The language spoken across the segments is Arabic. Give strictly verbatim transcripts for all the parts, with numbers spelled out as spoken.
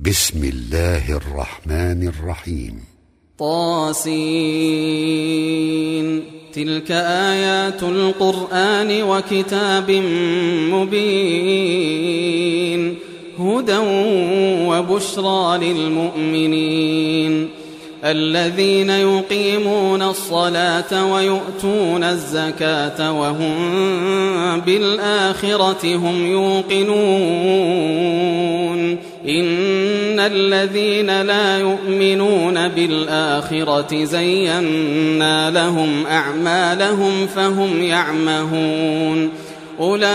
بسم الله الرحمن الرحيم. طاسين. تلك آيات القرآن وكتاب مبين هدى وبشرى للمؤمنين الذين يقيمون الصلاة ويؤتون الزكاة وهم بالآخرة هم يوقنون إن الذين لا يؤمنون بالآخرة زينا لهم أعمالهم فهم يعمهون أولئك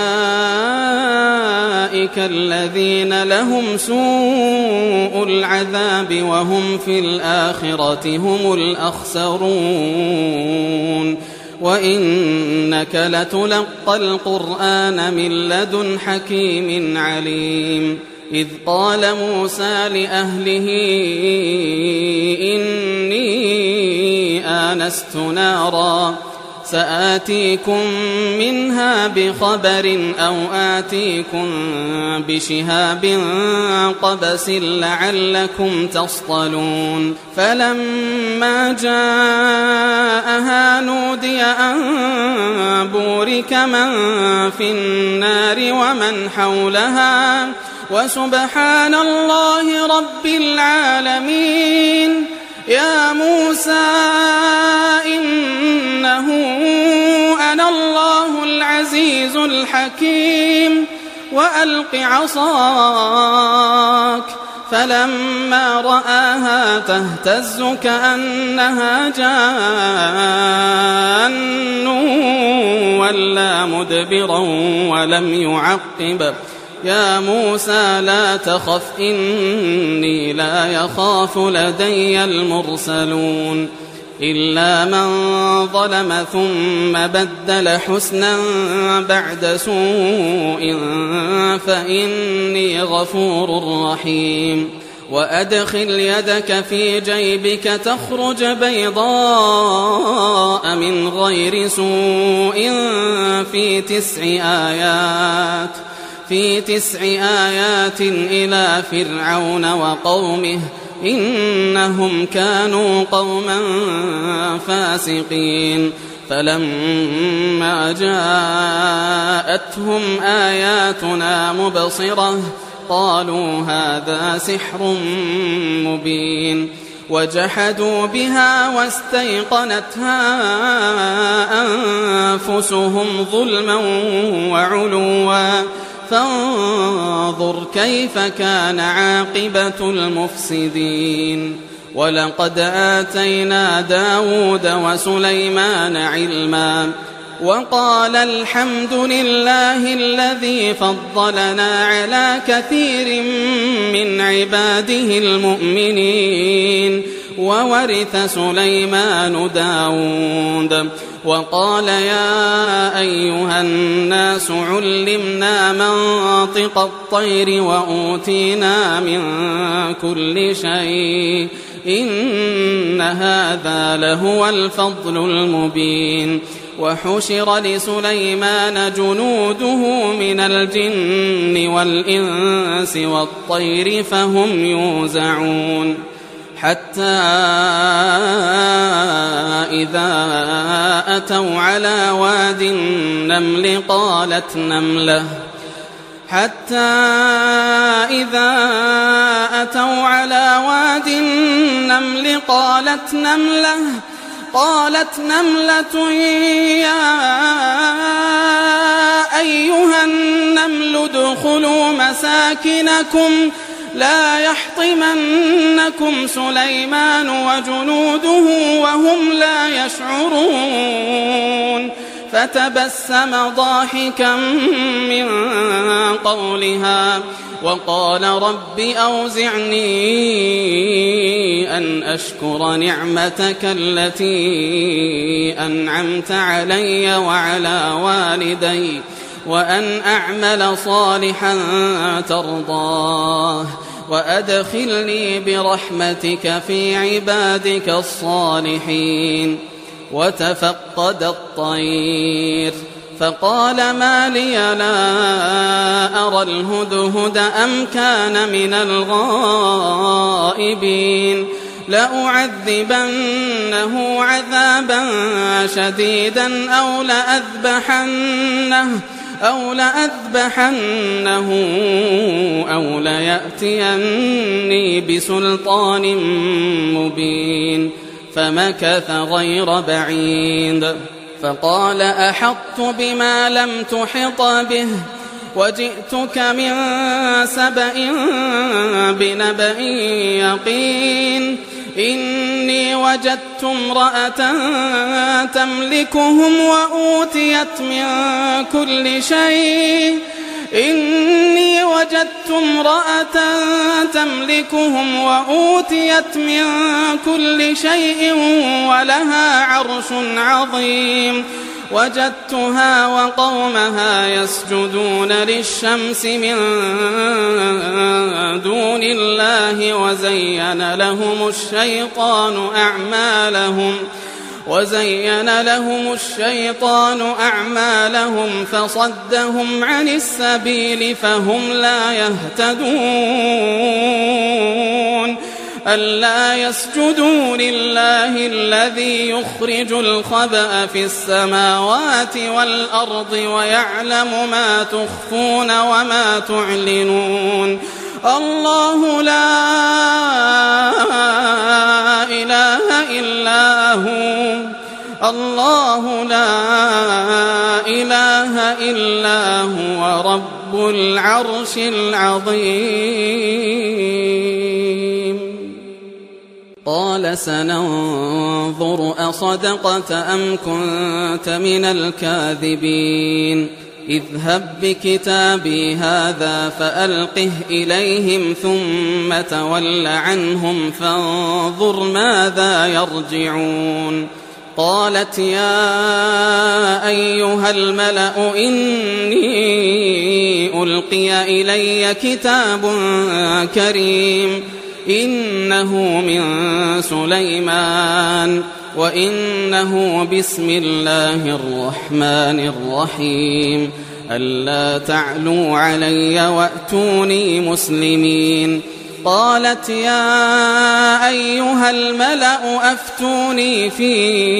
الذين لهم سوء العذاب وهم في الآخرة هم الأخسرون وإنك لتلقى القرآن من لدن حكيم عليم إذ قال موسى لأهله إني آنست نارا سآتيكم منها بخبر أو آتيكم بشهاب قبس لعلكم تصطلون فلما جاءها نودي أن بورك من في النار ومن حولها وسبحان الله رب العالمين يا موسى إنه أنا الله العزيز الحكيم وألق عصاك فلما رآها تهتز كأنها جان ولا مدبرا ولم يعقب يا موسى لا تخف إني لا يخاف لدي المرسلون إلا من ظلم ثم بدل حسنا بعد سوء فإني غفور رحيم وأدخل يدك في جيبك تخرج بيضاء من غير سوء في تسع آيات في تسع آيات إلى فرعون وقومه إنهم كانوا قوما فاسقين فلما جاءتهم آياتنا مبصرة قالوا هذا سحر مبين وجحدوا بها واستيقنتها أنفسهم ظلما وعلوا فانظر كيف كان عاقبة المفسدين ولقد آتينا داود وسليمان علما وقال الحمد لله الذي فضلنا على كثير من عباده المؤمنين وورث سليمان داود وقال يا أيها الناس علمنا منطق الطير وأوتينا من كل شيء إن هذا لهو الفضل المبين وحشر لسليمان جنوده من الجن والإنس والطير فهم يوزعون حتى إذا أتوا على واد النمل قالت نملة حتى إذا أتوا على واد النمل قالت نملة قالت نملة يا أيها النمل ادخلوا مساكنكم لا يحطمنكم سليمان وجنوده وهم لا يشعرون فتبسم ضاحكا من قولها وقال رب أوزعني أن أشكر نعمتك التي أنعمت علي وعلى والدي وأن أعمل صالحا ترضاه وأدخلني برحمتك في عبادك الصالحين وتفقد الطير فقال ما لي لا أرى الهدهد أم كان من الغائبين لأعذبنه عذابا شديدا أو لأذبحنه أو لأذبحنه أو ليأتيني بسلطان مبين فمكث غير بعيد فقال أحطت بما لم تحط به وجئتك من سبأ بنبأ يقين إني وجدت امرأة تملكهم وأوتيت من كل شيء إني وجدت امرأة تملكهم وأوتيت من كل شيء ولها عرش عظيم وجدتها وقومها يسجدون للشمس من دون الله وزين لهم الشيطان أعمالهم وزين لهم الشيطان أعمالهم فصدهم عن السبيل فهم لا يهتدون ألا يسجدوا لله الذي يخرج الخبأ في السماوات والأرض ويعلم ما تخفون وما تعلنون الله لا إله إلا هو الله لا إله إلا هو رب العرش العظيم قال سننظر أصدقت أم كنت من الكاذبين اذهب بكتابي هذا فألقه إليهم ثم تول عنهم فانظر ماذا يرجعون قالت يا أيها الملأ إني ألقي إلي كتاب كريم إنه من سليمان وإنه بسم الله الرحمن الرحيم ألا تعلوا علي وأتوني مسلمين قالت يا أيها الملأ أفتوني في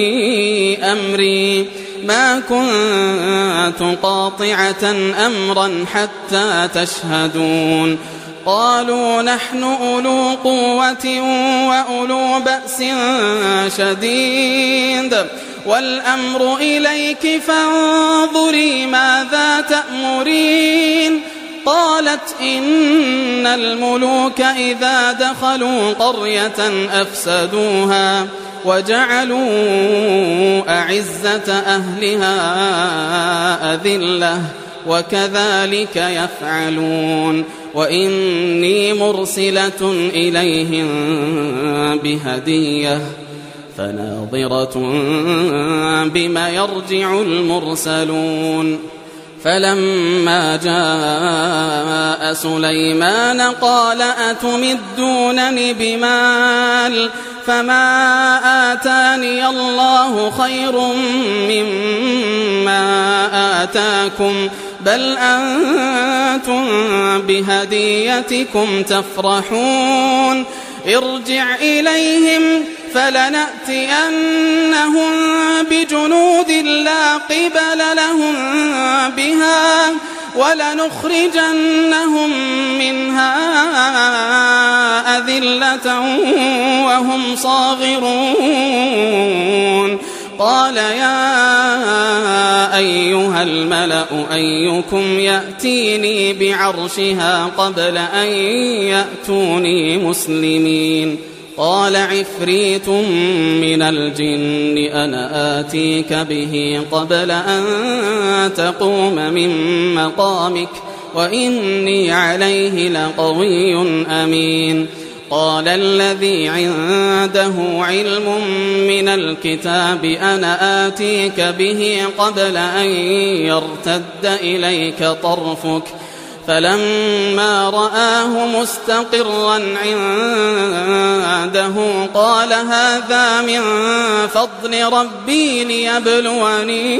أمري ما كنت قاطعة أمرا حتى تشهدون قالوا نحن أولو قوة وأولو بأس شديد والأمر إليك فانظري ماذا تأمرين قالت إن الملوك إذا دخلوا قرية أفسدوها وجعلوا أعزة أهلها أذلة وكذلك يفعلون وإني مرسلة إليهم بهدية فناظرة بما يرجع المرسلون فلما جاء سليمان قال أتمدونني بمال فما آتاني الله خير مما آتاكم بل أنتم بهديتكم تفرحون ارجع إليهم فلنأتينهم بجنود لا قبل لهم بها ولنخرجنهم منها أذلة وهم صاغرون قال يا أيها الملأ أيكم يأتيني بعرشها قبل أن يأتوني مسلمين قال عفريت من الجن أنا آتيك به قبل أن تقوم من مقامك وإني عليه لقوي أمين قال الذي عنده علم من الكتاب أنا آتيك به قبل أن يرتد إليك طرفك فلما رآه مستقرا عنده قال هذا من فضل ربي ليبلوني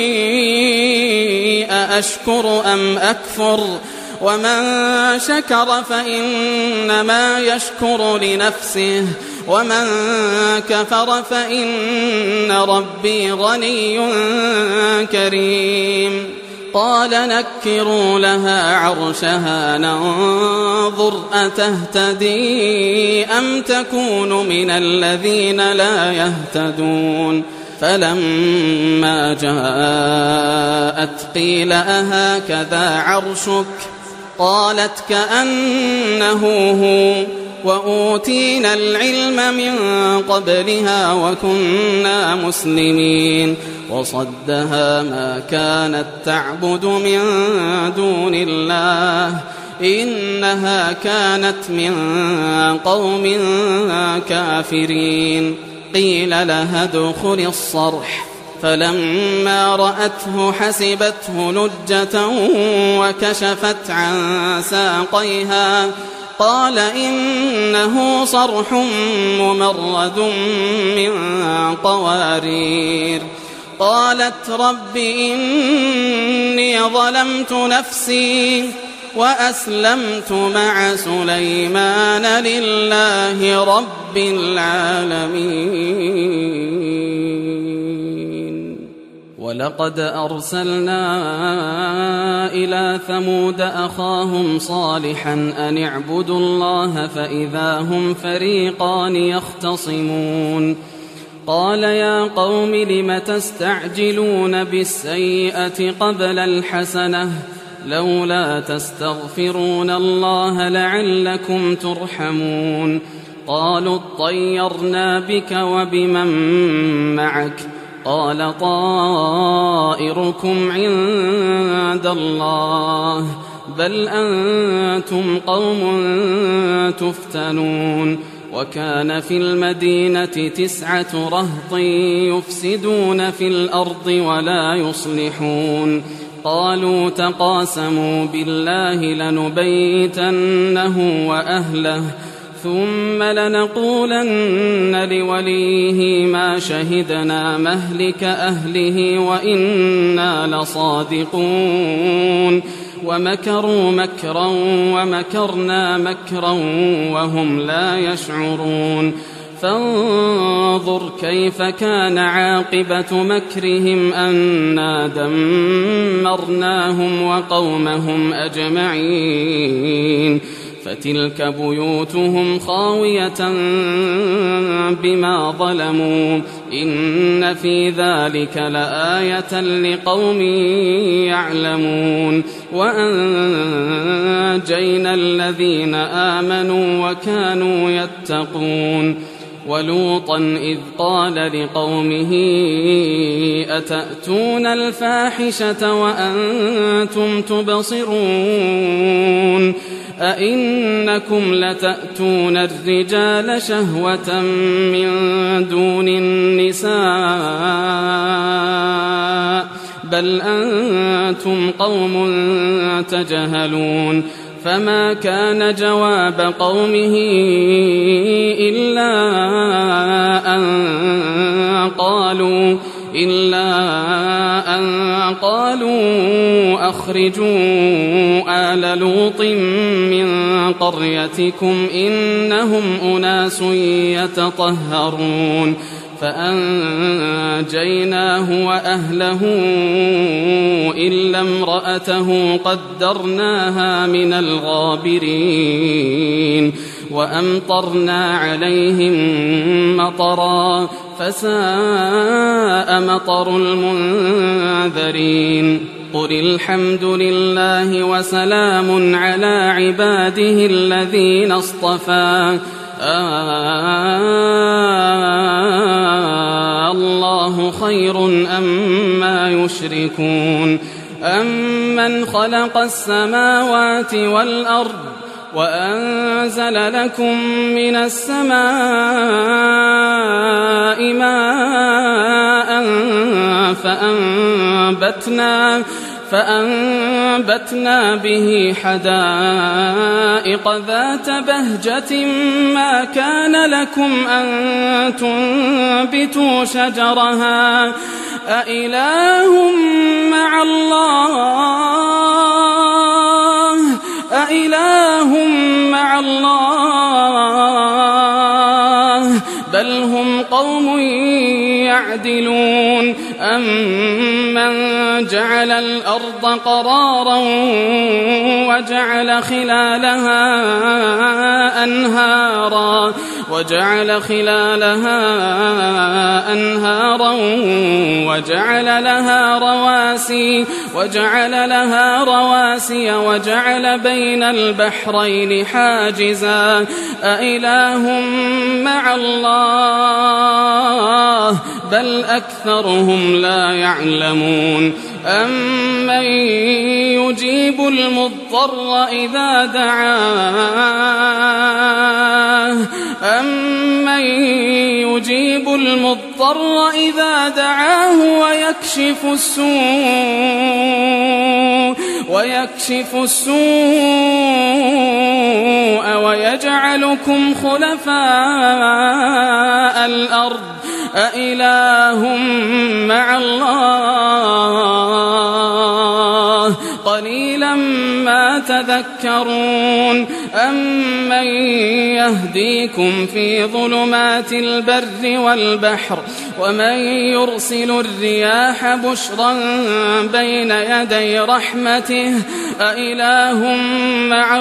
أأشكر أم أكفر ومن شكر فإنما يشكر لنفسه ومن كفر فإن ربي غني كريم قال نكروا لها عرشها ننظر أتهتدي أم تكون من الذين لا يهتدون فلما جاءت قيل أهكذا عرشك قالت كأنه هو وأوتينا العلم من قبلها وكنا مسلمين وصدها ما كانت تعبد من دون الله إنها كانت من قوم كافرين قيل لها ادخل الصرح فلما رأته حسبته لجة وكشفت عن ساقيها قال إنه صرح ممرد من قوارير قالت رب إني ظلمت نفسي وأسلمت مع سليمان لله رب العالمين ولقد أرسلنا إلى ثمود أخاهم صالحا أن اعبدوا الله فإذا هم فريقان يختصمون قال يا قوم لم تستعجلون بالسيئة قبل الحسنة لولا تستغفرون الله لعلكم ترحمون قالوا اطيرنا بك وبمن معك قال طائركم عند الله بل أنتم قوم تفتنون وكان في المدينة تسعة رهط يفسدون في الأرض ولا يصلحون قالوا تقاسموا بالله لنبيتنه وأهله ثم لنقولن لوليه ما شهدنا مهلك أهله وإنا لصادقون ومكروا مكرا ومكرنا مكرا وهم لا يشعرون فانظر كيف كان عاقبة مكرهم أنا دمرناهم وقومهم أجمعين فتلك بيوتهم خاوية بما ظلموا إن في ذلك لآية لقوم يعلمون وأنجينا الذين آمنوا وكانوا يتقون ولوطا إذ قال لقومه أتأتون الفاحشة وأنتم تبصرون أئنكم لتأتون الرجال شهوة من دون النساء بل أنتم قوم تجهلون فما كان جواب قومه إلا أن قالوا إلا أن قالوا أخرجوا آل لوط من قريتكم إنهم أناس يتطهرون فأنجيناه وأهله إلا امرأته قدرناها من الغابرين وأمطرنا عليهم مطرا فساء مطر المنذرين قل الحمد لله وسلام على عباده الذين اصطفى آه الله خير أما يشركون أمن خلق السماوات والأرض وأنزل لكم من السماء ماء فأنبتنا فأنبتنا به حدائق ذات بهجة ما كان لكم أن تنبتوا شجرها أإله مع الله أإله مع الله بل هم قوم يعدلون أمن جعل الأرض قرارا وجعل خلالها أنهارا وجعل خلالها أنهارا وجعل لها رواسي وجعل لها رواسي وجعل بين البحرين حاجزا أإله مع الله بل أكثرهم لا يعلمون أمن يجيب المضطر إذا دعاه أمن يجيب المضطر إذا دعاه ويكشف السوء ويكشف السوء ويجعلكم خلفاء الأرض أإله مع الله قليلا ما تذكرون أمن يهديكم في ظلمات البر والبحر ومن يرسل الرياح بشرا بين يدي رحمته أإله مع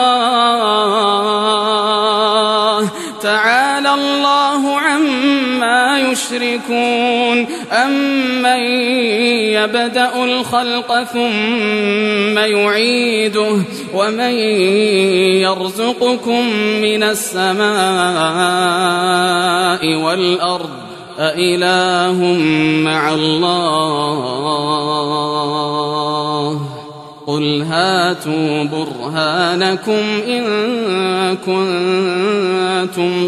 الله تعالى الله عما يشركون أمن يبدأ الخلق ثم يعيده ومن يرزقكم من السماء والأرض أإله مع الله قل هاتوا برهانكم إن كنتم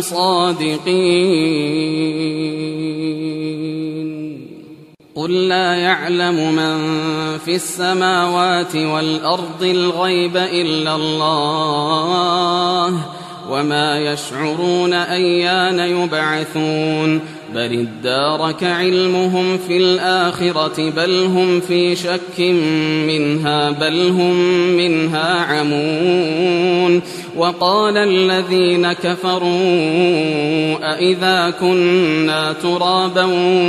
صادقين قل لا يعلم من في السماوات والأرض الغيب إلا الله وما يشعرون أيان يبعثون بل ادارك علمهم في الآخرة بل هم في شك منها بل هم منها عمون وقال الذين كفروا أإذا كنا ترابا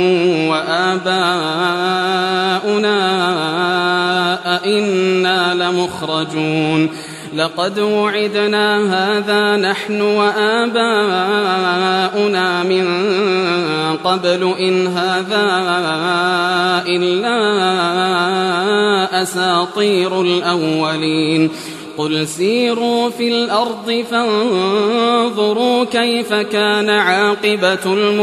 وآباؤنا أإنا لمخرجون لقد وعدنا هذا نحن وآباؤنا من قبل إن هذا إلا أساطير الأولين قل سيروا في الأرض فانظروا كيف كان عاقبة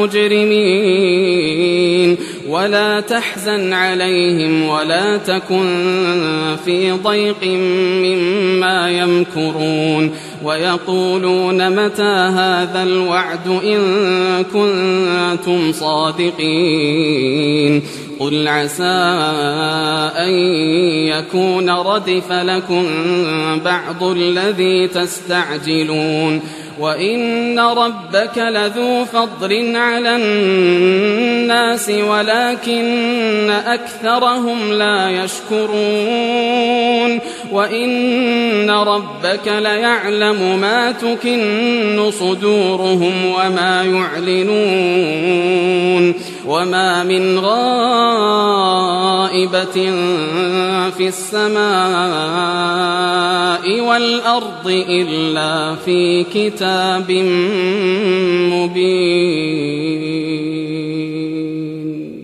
المجرمين ولا تحزن عليهم ولا تكن في ضيق مما يمكرون ويقولون متى هذا الوعد إن كنتم صادقين قل عسى أن يكون ردف لكم بعض الذي تستعجلون وإن ربك لذو فضل على الناس ولكن أكثرهم لا يشكرون وإن ربك ليعلم ما تكن صدورهم وما يعلنون وما من غائبة في السماء والأرض إلا في كتاب مبين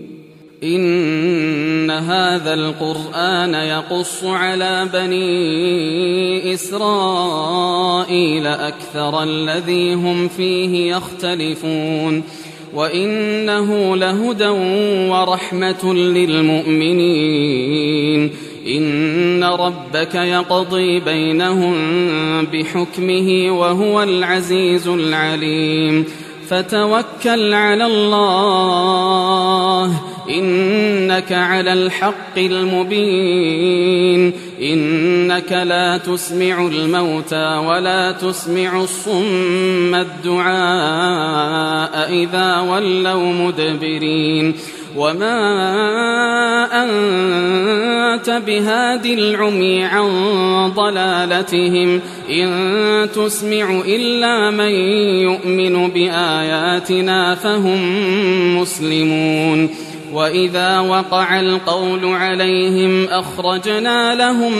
إن هذا القرآن يقص على بني إسرائيل أكثر الذي هم فيه يختلفون وإنه لهدى ورحمة للمؤمنين إن ربك يقضي بينهم بحكمه وهو العزيز العليم فتوكل على الله إنك على الحق المبين إنك لا تسمع الموتى ولا تسمع الصم الدعاء إذا ولوا مدبرين وما أنت بهاد العمي عن ضلالتهم إن تسمع إلا من يؤمن بآياتنا فهم مسلمون وإذا وقع القول عليهم أخرجنا لهم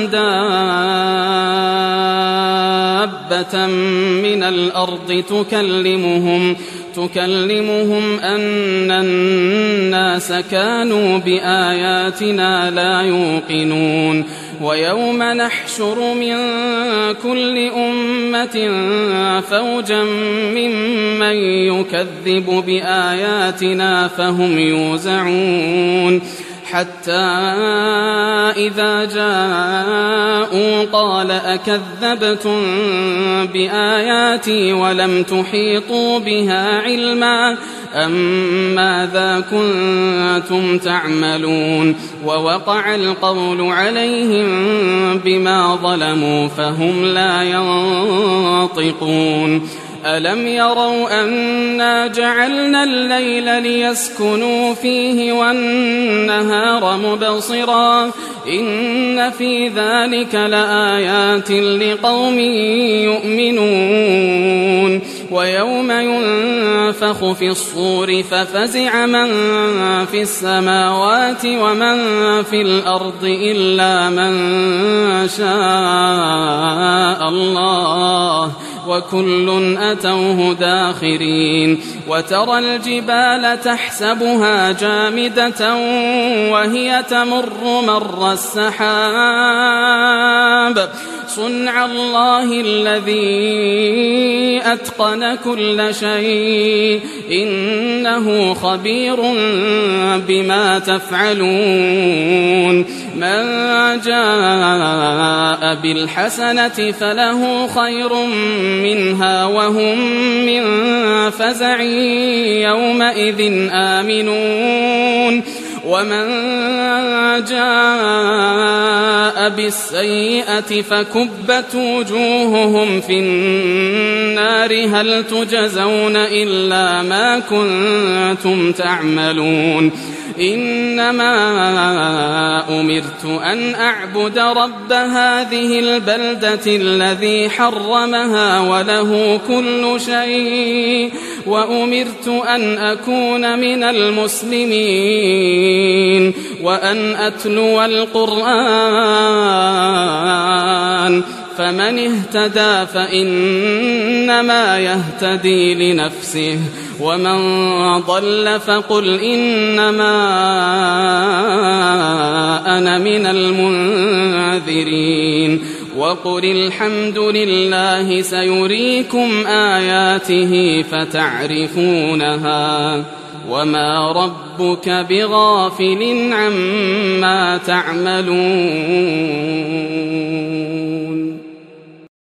دابة من الأرض تكلمهم تكلمهم أن الناس كانوا بآياتنا لا يوقنون ويوم نحشر من كل أمة فوجا ممن يكذب بآياتنا فهم يوزعون حتى إذا جاءوا قال أكذبتم بآياتي ولم تحيطوا بها علما أم ماذا كنتم تعملون ووقع القول عليهم بما ظلموا فهم لا ينطقون ألم يروا أنا جعلنا الليل ليسكنوا فيه والنهار مبصرا إن في ذلك لآيات لقوم يؤمنون ويوم ينفخ في الصور ففزع من في السماوات ومن في الأرض إلا من شاء الله وكل أتوه داخرين وترى الجبال تحسبها جامدة وهي تمر مر السحاب صنع الله الذي أتقن كل شيء إنه خبير بما تفعلون من جاء بالحسنة فله خير منها وهم من فزع يومئذ آمنون ومن جاء بالسيئة فكبت وجوههم في النار هل تجزون إلا ما كنتم تعملون إنما أمرت أن أعبد رب هذه البلدة الذي حرمها وله كل شيء وأمرت أن أكون من المسلمين وأن أتلو القرآن فمن اهتدى فإنما يهتدي لنفسه ومن ضل فقل إنما أنا من المنذرين وقل الحمد لله سيريكم آياته فتعرفونها وما ربك بغافل عما تعملون